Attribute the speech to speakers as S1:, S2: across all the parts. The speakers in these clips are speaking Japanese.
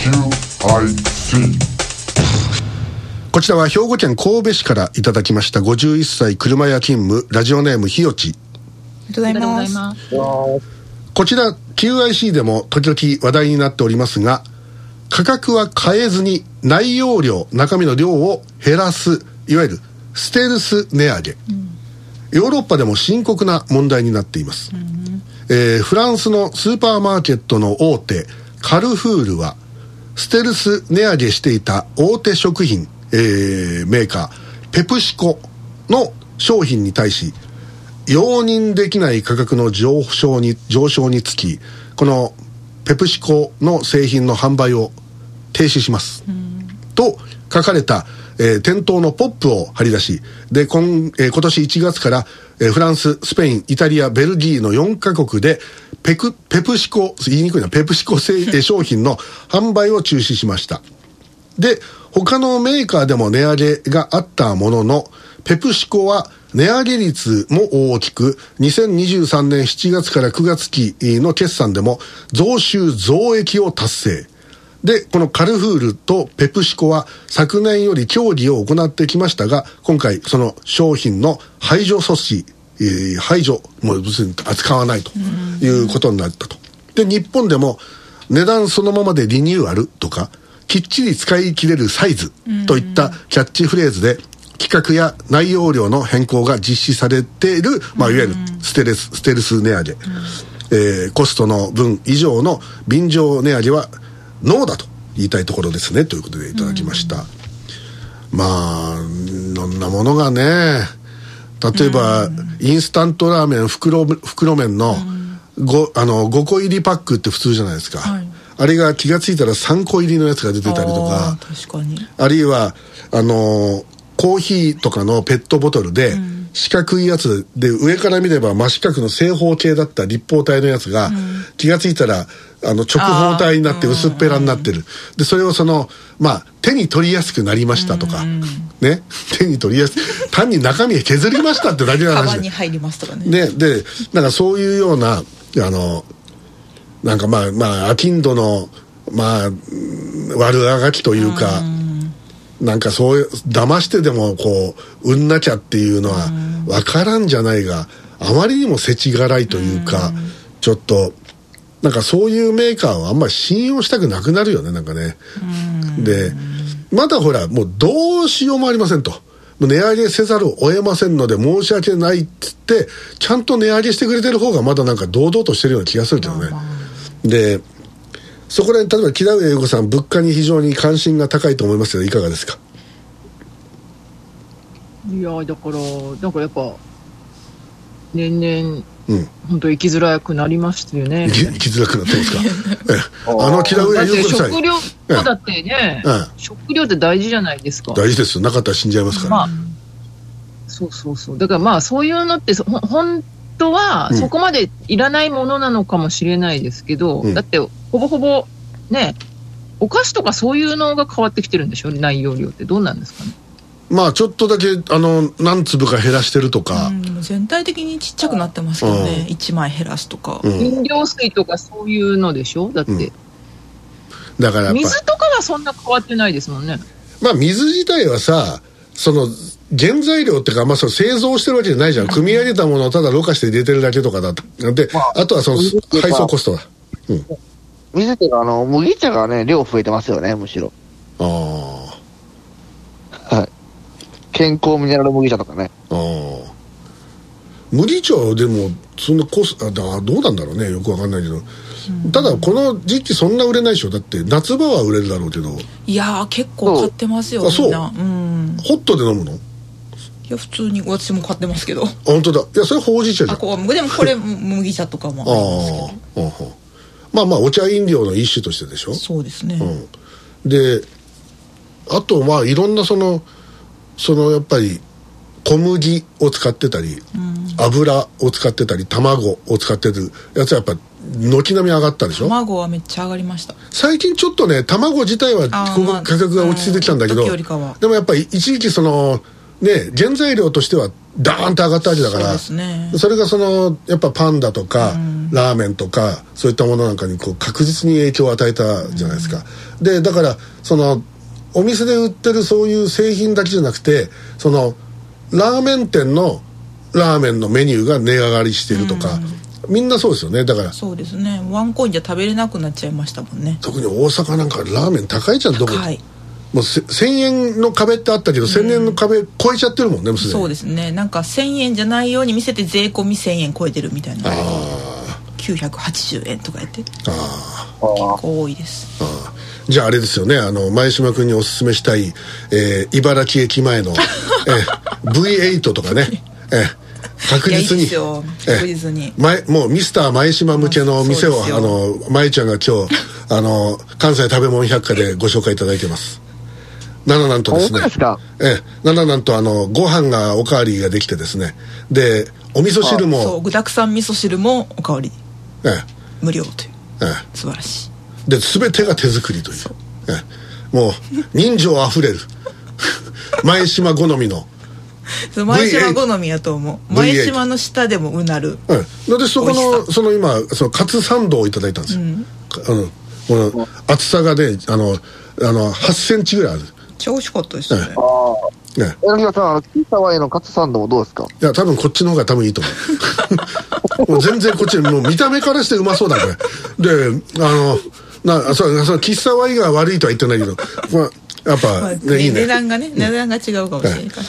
S1: こちらは兵庫県神戸市からいただきました51歳車屋勤務ラジオネームひよち。
S2: ありがとうございます。
S1: こちら QIC でも時々話題になっておりますが、価格は変えずに内容量、中身の量を減らす、いわゆるステルス値上げ、ヨーロッパでも深刻な問題になっています。フランスのスーパーマーケットの大手カルフールはステルス値上げしていた大手食品、メーカーペプシコの商品に対し容認できない価格の上昇につき、このペプシコの製品の販売を停止します、と書かれた、店頭のポップを貼り出し、で今年1月から、フランス、スペイン、イタリア、ベルギーの4カ国でペプシコ、言いにくいな、ペプシコ商品の販売を中止しました。で他のメーカーでも値上げがあったものの、ペプシコは値上げ率も大きく、2023年7月から9月期の決算でも増収増益を達成で、このカルフールとペプシコは昨年より協議を行ってきましたが、今回その商品の排除措置、排除もう別に扱わないということになったと。で日本でも値段そのままでリニューアルとか、きっちり使い切れるサイズといったキャッチフレーズで規格や内容量の変更が実施されている、いわゆるステルス値上げ、コストの分以上の便乗値上げはノーだと言いたいところですね、ということでいただきました。まあいろんなものがね、例えばインスタントラーメン袋麺の 5個入りパックって普通じゃないですか、はい、あれが気がついたら3個入りのやつが出てたりとか、
S2: 確かに、
S1: あるいはコーヒーとかのペットボトルで、四角いやつで上から見れば真四角の正方形だった立方体のやつが、気がついたら直方体になって薄っぺらになってる。でそれを手に取りやすくなりましたとか、ね、手に取りやすい、単に中身削りましたってだけの話で
S2: カバンに入りますとかね。
S1: でなんかそういうようななんか商人の悪あがきというか、なんかそういう騙してでもこう売んなきゃっていうのは分からんじゃないが、あまりにも世知辛いというか、ちょっとなんかそういうメーカーはあんまり信用したくなくなるよね、なんかね。でまだほらもうどうしようもありませんと、値上げせざるを得ませんので申し訳ないっつってちゃんと値上げしてくれてる方がまだなんか堂々としてるような気がするけどね。でそこで例えば木田上英子さん、物価に非常に関心が高いと思いますけどいかがですか。
S3: いやだからやっぱ年々、本当生きづらくなりましたよね。
S1: 生きづらくなってますか木田上英子さん、
S3: 食料だってね、食料って大事じゃないですか。
S1: 大事ですよ、なかったら死んじゃいますから、
S3: そうだからそういうのって本当はそこまでいらないものなのかもしれないですけど、だってほぼほぼね、お菓子とかそういうのが変わってきてるんでしょ、内容量ってどうなんですかね。
S1: ちょっとだけ何粒か減らしてるとか、
S2: 全体的にちっちゃくなってますけどね、1枚減らすとか、
S3: 飲料水とかそういうのでしょ、だって、
S1: だからやっぱ
S3: 水とかはそんな変わってないですもんね。
S1: 水自体はさ、その原材料っていうか、その製造してるわけじゃないじゃん。組み上げたものをただろ過して入れてるだけとかだで、あとはその配送コストだ。
S4: 水っていうか麦茶がね量増えてますよね、むしろ。健康ミネラル麦茶とかね。
S1: 麦茶はでもそんなコストどうなんだろうね、よくわかんないけど、ただこの時期そんな売れないでしょ。だって夏場は売れるだろうけど。
S2: いや結構買ってますよ、みんな。
S1: ホットで飲むの？
S2: いや普通に私も買ってますけど。
S1: 本当だ。いやそれほうじ茶じゃん。
S2: でもこれ麦茶とかもありますけ
S1: どお茶飲料の一種としてでしょ。
S2: そうですね、
S1: であといろんなそのやっぱり小麦を使ってたり、油を使ってたり、卵を使ってるやつはやっぱ軒並み上がったでしょ。
S2: 卵はめっちゃ上がりました。
S1: 最近ちょっとね、卵自体は価格が落ち着いてきたんだけど、でもやっぱり一時期ね、原材料としてはダーンと上がったわけだから、
S2: そうですね、
S1: それがやっぱパンダとか、ラーメンとかそういったものなんかにこう確実に影響を与えたじゃないですか。でだからお店で売ってるそういう製品だけじゃなくて、ラーメン店のラーメンのメニューが値上がりしてるとか、みんなそうですよね。だから
S2: そうですね、ワンコインじゃ食べれなくなっちゃいましたもんね。
S1: 特に大阪なんかラーメン高いじゃん。どこ
S2: 高い。
S1: もう1000円の壁ってあったけど、1000円の壁超えちゃってるもんね、もうすでに。
S2: そうですね、なんか1000円じゃないように見せて税込み1000円超えてるみたいな。980円とかやって、結構多いです。
S1: じゃああれですよね、前島君におすすめしたい、茨城駅前の、V8 とかね、確実に、
S2: いやいいですよ、確実に
S1: もうミスター前島向けの店を舞ちゃんが今日関西食べ物百科でご紹介いただいてます。なんとですね、なんとご飯がおかわりができてですね、でお味噌汁も
S2: そう具だくさん味噌汁もおかわり、無料という、素晴らしい。
S1: で全てが手作りという、もう人情あふれる前島好みの
S2: 前島好みやと思う。前島の下でもうなる。
S1: でそこの今カツサンドをいただいたんですよ。この厚さがね8センチぐらいある。
S2: 超美味しかったですね。
S4: 柳田さん、キータワイのカツサンドもどうですか？
S1: いや多分こっちの方が多分いいと思う。もう全然こっちもう見た目からしてうまそうだこれ。で喫茶ワイが悪いとは言ってないけど、やっぱ、いいね。
S2: 値段が違うかもしれないから。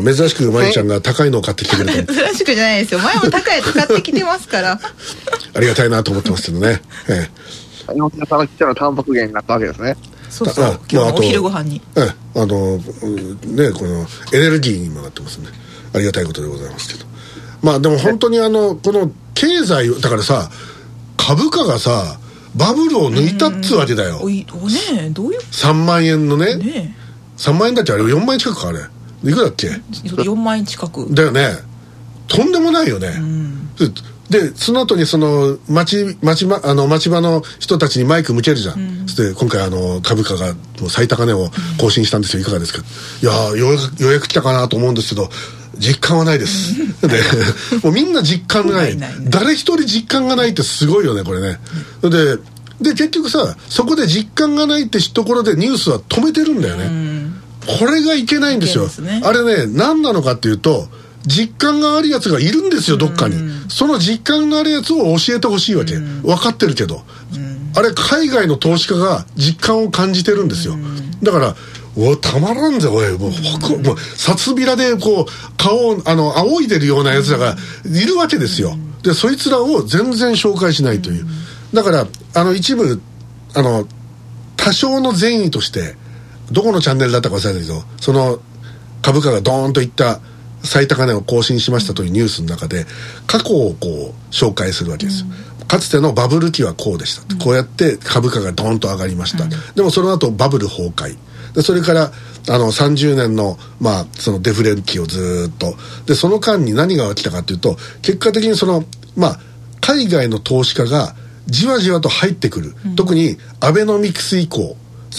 S1: 珍しくまゆちゃんが高いのを買ってきてくれた。
S2: 珍しくじゃないですよ。前も高いやつ買ってきてますから。
S1: ありがたいなと思ってますけどね。
S4: 柳田さんが来たらタンパク源になったわけですね。
S2: そうそう、今日のお昼ご飯に。
S1: このエネルギーにもなってますね。ありがたいことでございますけど。まあでも本当にこの経済だからさ、株価がさバブルを抜いたっつうわけだよ。
S2: ねえ、どういう
S1: 3万円のね、3万円だっけ、あれ4万円近くか、あれいくらだっけ。
S2: 4万円近く
S1: だよね。とんでもないよね。でその後に町場の人たちにマイク向けるじゃん。そして今回株価がもう最高値を更新したんですよ、いかがですか。いやようやく来たかなと思うんですけど実感はないです。でもうみんな実感がない誰一人実感がないってすごいよねこれね。で結局さ、そこで実感がないってところでニュースは止めてるんだよね。これがいけないんですよ。あれね、何なのかっていうと、実感があるやつがいるんですよ、どっかに。その実感があるやつを教えてほしいわけ。分かってるけど、あれ海外の投資家が実感を感じてるんですよ。だからたまらんぜおい、もう札びらでこう顔を仰いでるようなやつらがいるわけですよ。でそいつらを全然紹介しないという。だから一部多少の善意としてどこのチャンネルだったか忘れたけど、その株価がドーンといった最高値を更新しましたというニュースの中で過去をこう紹介するわけですよ。かつてのバブル期はこうでした、こうやって株価がドーンと上がりました、でもその後バブル崩壊で、それから30年の、そのデフレ期をずっとで、その間に何が起きたかというと、結果的に海外の投資家がじわじわと入ってくる、特にアベノミクス以降、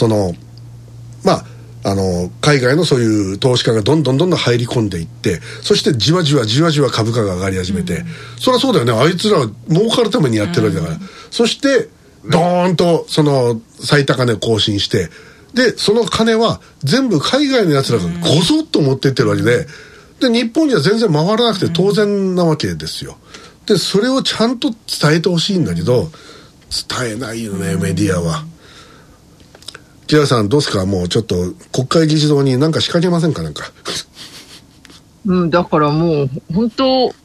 S1: 海外のそういう投資家がどんどん入り込んでいって、そしてじわじわ株価が上がり始めて、そりゃそうだよね、あいつらは儲かるためにやってるわけだから、そしてドーンとその最高値を更新して、でその金は全部海外のやつらがごそっと持っていってるわけで、日本には全然回らなくて当然なわけですよ。でそれをちゃんと伝えてほしいんだけど、伝えないよね、メディアは。木田さんどうですか、もうちょっと国会議事堂に何か仕掛けませんか、なんか。
S3: だからもう本当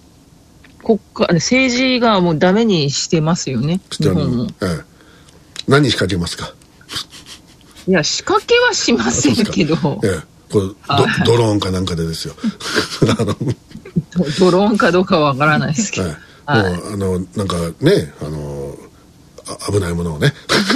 S3: 政治がもうダメにしてますよね、日本も。
S1: 何仕掛けますか。
S3: いや仕掛けはしませんけど、
S1: これドローンかなんかでですよ。
S3: ドローンかどうかはわからないですけど、
S1: もうなんかね、危ないものをね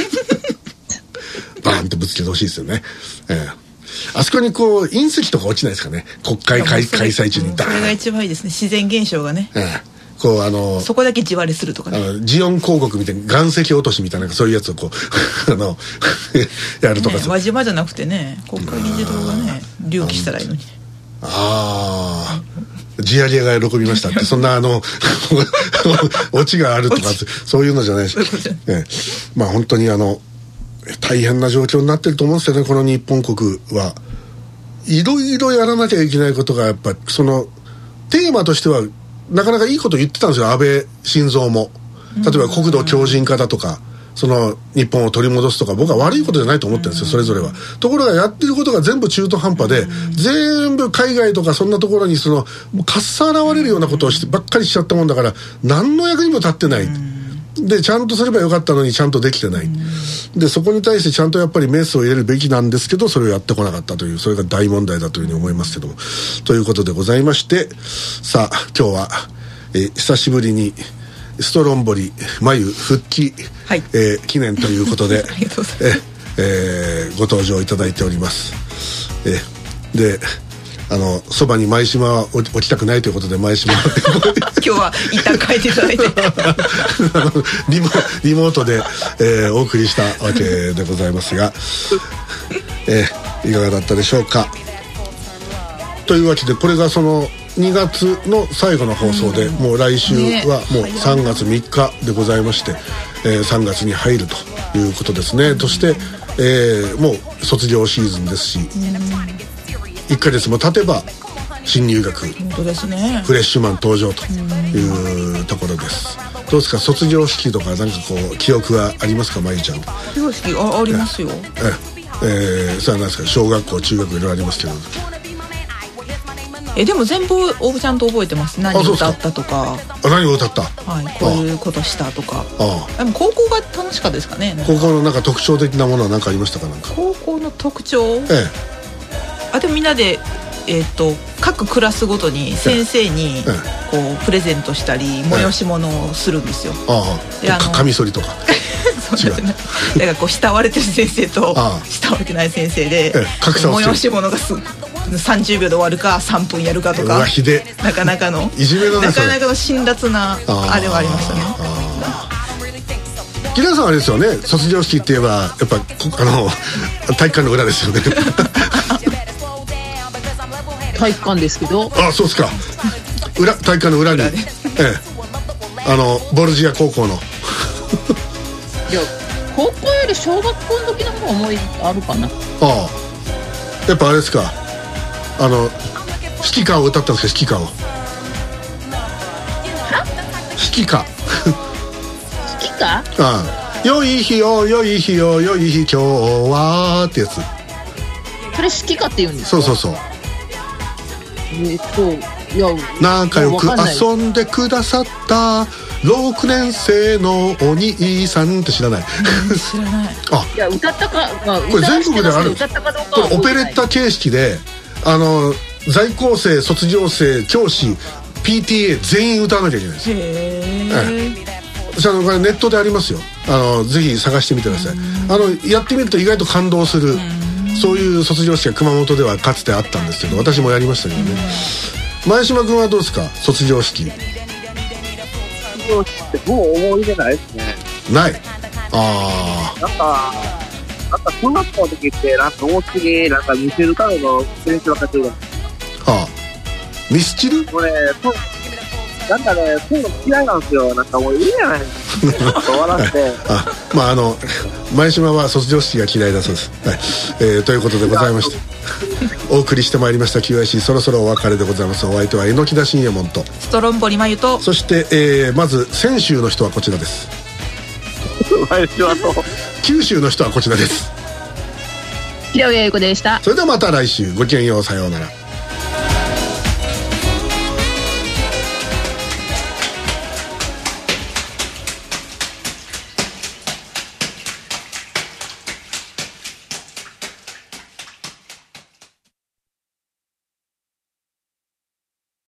S1: バーンとぶつけてほしいですよね。あそこにこう隕石とか落ちないですかね、国会開催中にダーン。
S2: それが一番いいですね、自然現象がね。
S1: こう
S2: そこだけ地割れするとかね、
S1: ジオン広告みたいに岩石落としみたいなそういうやつをこうやるとかさ、
S2: 輪島じゃなくてね国会議事堂がね隆起したらいいのに。
S1: ああ、ジアリアが喜びましたってそんなオチがあるとかそういうのじゃないし、まあ本当に大変な状況になってると思うんですよね。この日本国はいろいろやらなきゃいけないことがやっぱそのテーマとしてはなかなかいいこと言ってたんですよ。安倍晋三も例えば国土強靭化だとかその日本を取り戻すとか僕は悪いことじゃないと思ってるんですよそれぞれは。ところがやってることが全部中途半端で全部海外とかそんなところにもうかっさらわれるようなことをしてばっかりしちゃったもんだから何の役にも立ってないでちゃんとすればよかったのにちゃんとできてないでそこに対してちゃんとやっぱりメスを入れるべきなんですけどそれをやってこなかったというそれが大問題だというふうに思いますけどもということでございましてさあ今日は、久しぶりにストロンボリ眉復帰、はい記念ということで
S2: ありがとうございます
S1: ご登場いただいております。でそばに前島は置きたくないということで前島
S2: 今日は一旦帰っていただいて
S1: リモートで、お送りしたわけでございますが、いかがだったでしょうか。というわけでこれがその2月の最後の放送で、もう来週はもう3月3日でございまして、3月に入るということですね。そして、もう卒業シーズンですし、1ヶ月も経てば新入学、
S2: 本当ですね、
S1: フレッシュマン登場というところです。どうですか卒業式とかなんかこう記憶はありますかまゆちゃん。
S2: 卒業式ありますよ。
S1: それは何ですか小学校中学いろいろありますけど。
S2: でも全部おぶちゃんと覚えてます。何を歌ったとか。
S1: 何を歌った。
S2: はい、こういうことしたとか。でも高校が楽しかったですかね。
S1: 高校のなんか特徴的なものは何かありましたかなんか。
S2: 高校の特徴。でもみんなで各クラスごとに先生にこうプレゼントしたり催し物をするんですよ。
S1: カミソリとか。
S2: そうですね。だからこう慕われてる先生と慕われてない先生で催し物が30秒で終わるか3分やるかとかなかなかの
S1: いじめの
S2: なかなかの辛辣なあれはありましたね。
S1: 木田さんあれですよね卒業式って言えばやっぱ体育館の裏ですよね。
S3: 体育館ですけど。
S1: そうですか。体育館の裏にボルジア高校の
S3: いや高校より小学校の時の方が思いあるかな。
S1: やっぱあれですか指揮歌を歌ったんですか指揮歌を。指揮歌
S3: 指揮歌
S1: 良い日よ良い日よ良い日今日はってやつ。
S3: それ指揮歌って言うんですか。
S1: そう
S3: いや
S1: 仲良く遊んでくださった6年生のお兄さんって知らない。
S2: 知らない。
S3: いや歌ったか、
S1: これ全国である。
S3: 歌ったかどうかは
S1: オペレッタ形式で在校生卒業生教師 PTA 全員歌わなきゃいけないです。これネットでありますよ。ぜひ探してみてください。やってみると意外と感動するそういう卒業式が熊本ではかつてあったんですけど私もやりましたけどね。前島君はどうですか卒業式。
S4: 卒業式ってもう思い出ないですね。
S1: ない。
S4: なんか小学校の時ってなんか大きになんかミスチルカルの練習をかけてる。
S1: ミスチル？
S4: これなんかねそういうの嫌いなんですよ。なんかもういいじゃないですか。笑って。
S1: 前島は卒業式が嫌いだそうです。ということでございましてお送りしてまいりました QIC そろそろお別れでございます。お相手は榎田信也門と
S2: ストロンボリマユと
S1: そして、まず先週の人はこちらです。九州の人はこちらです。
S3: 平上英子でした。
S1: それではまた来週ごきげんようさようなら。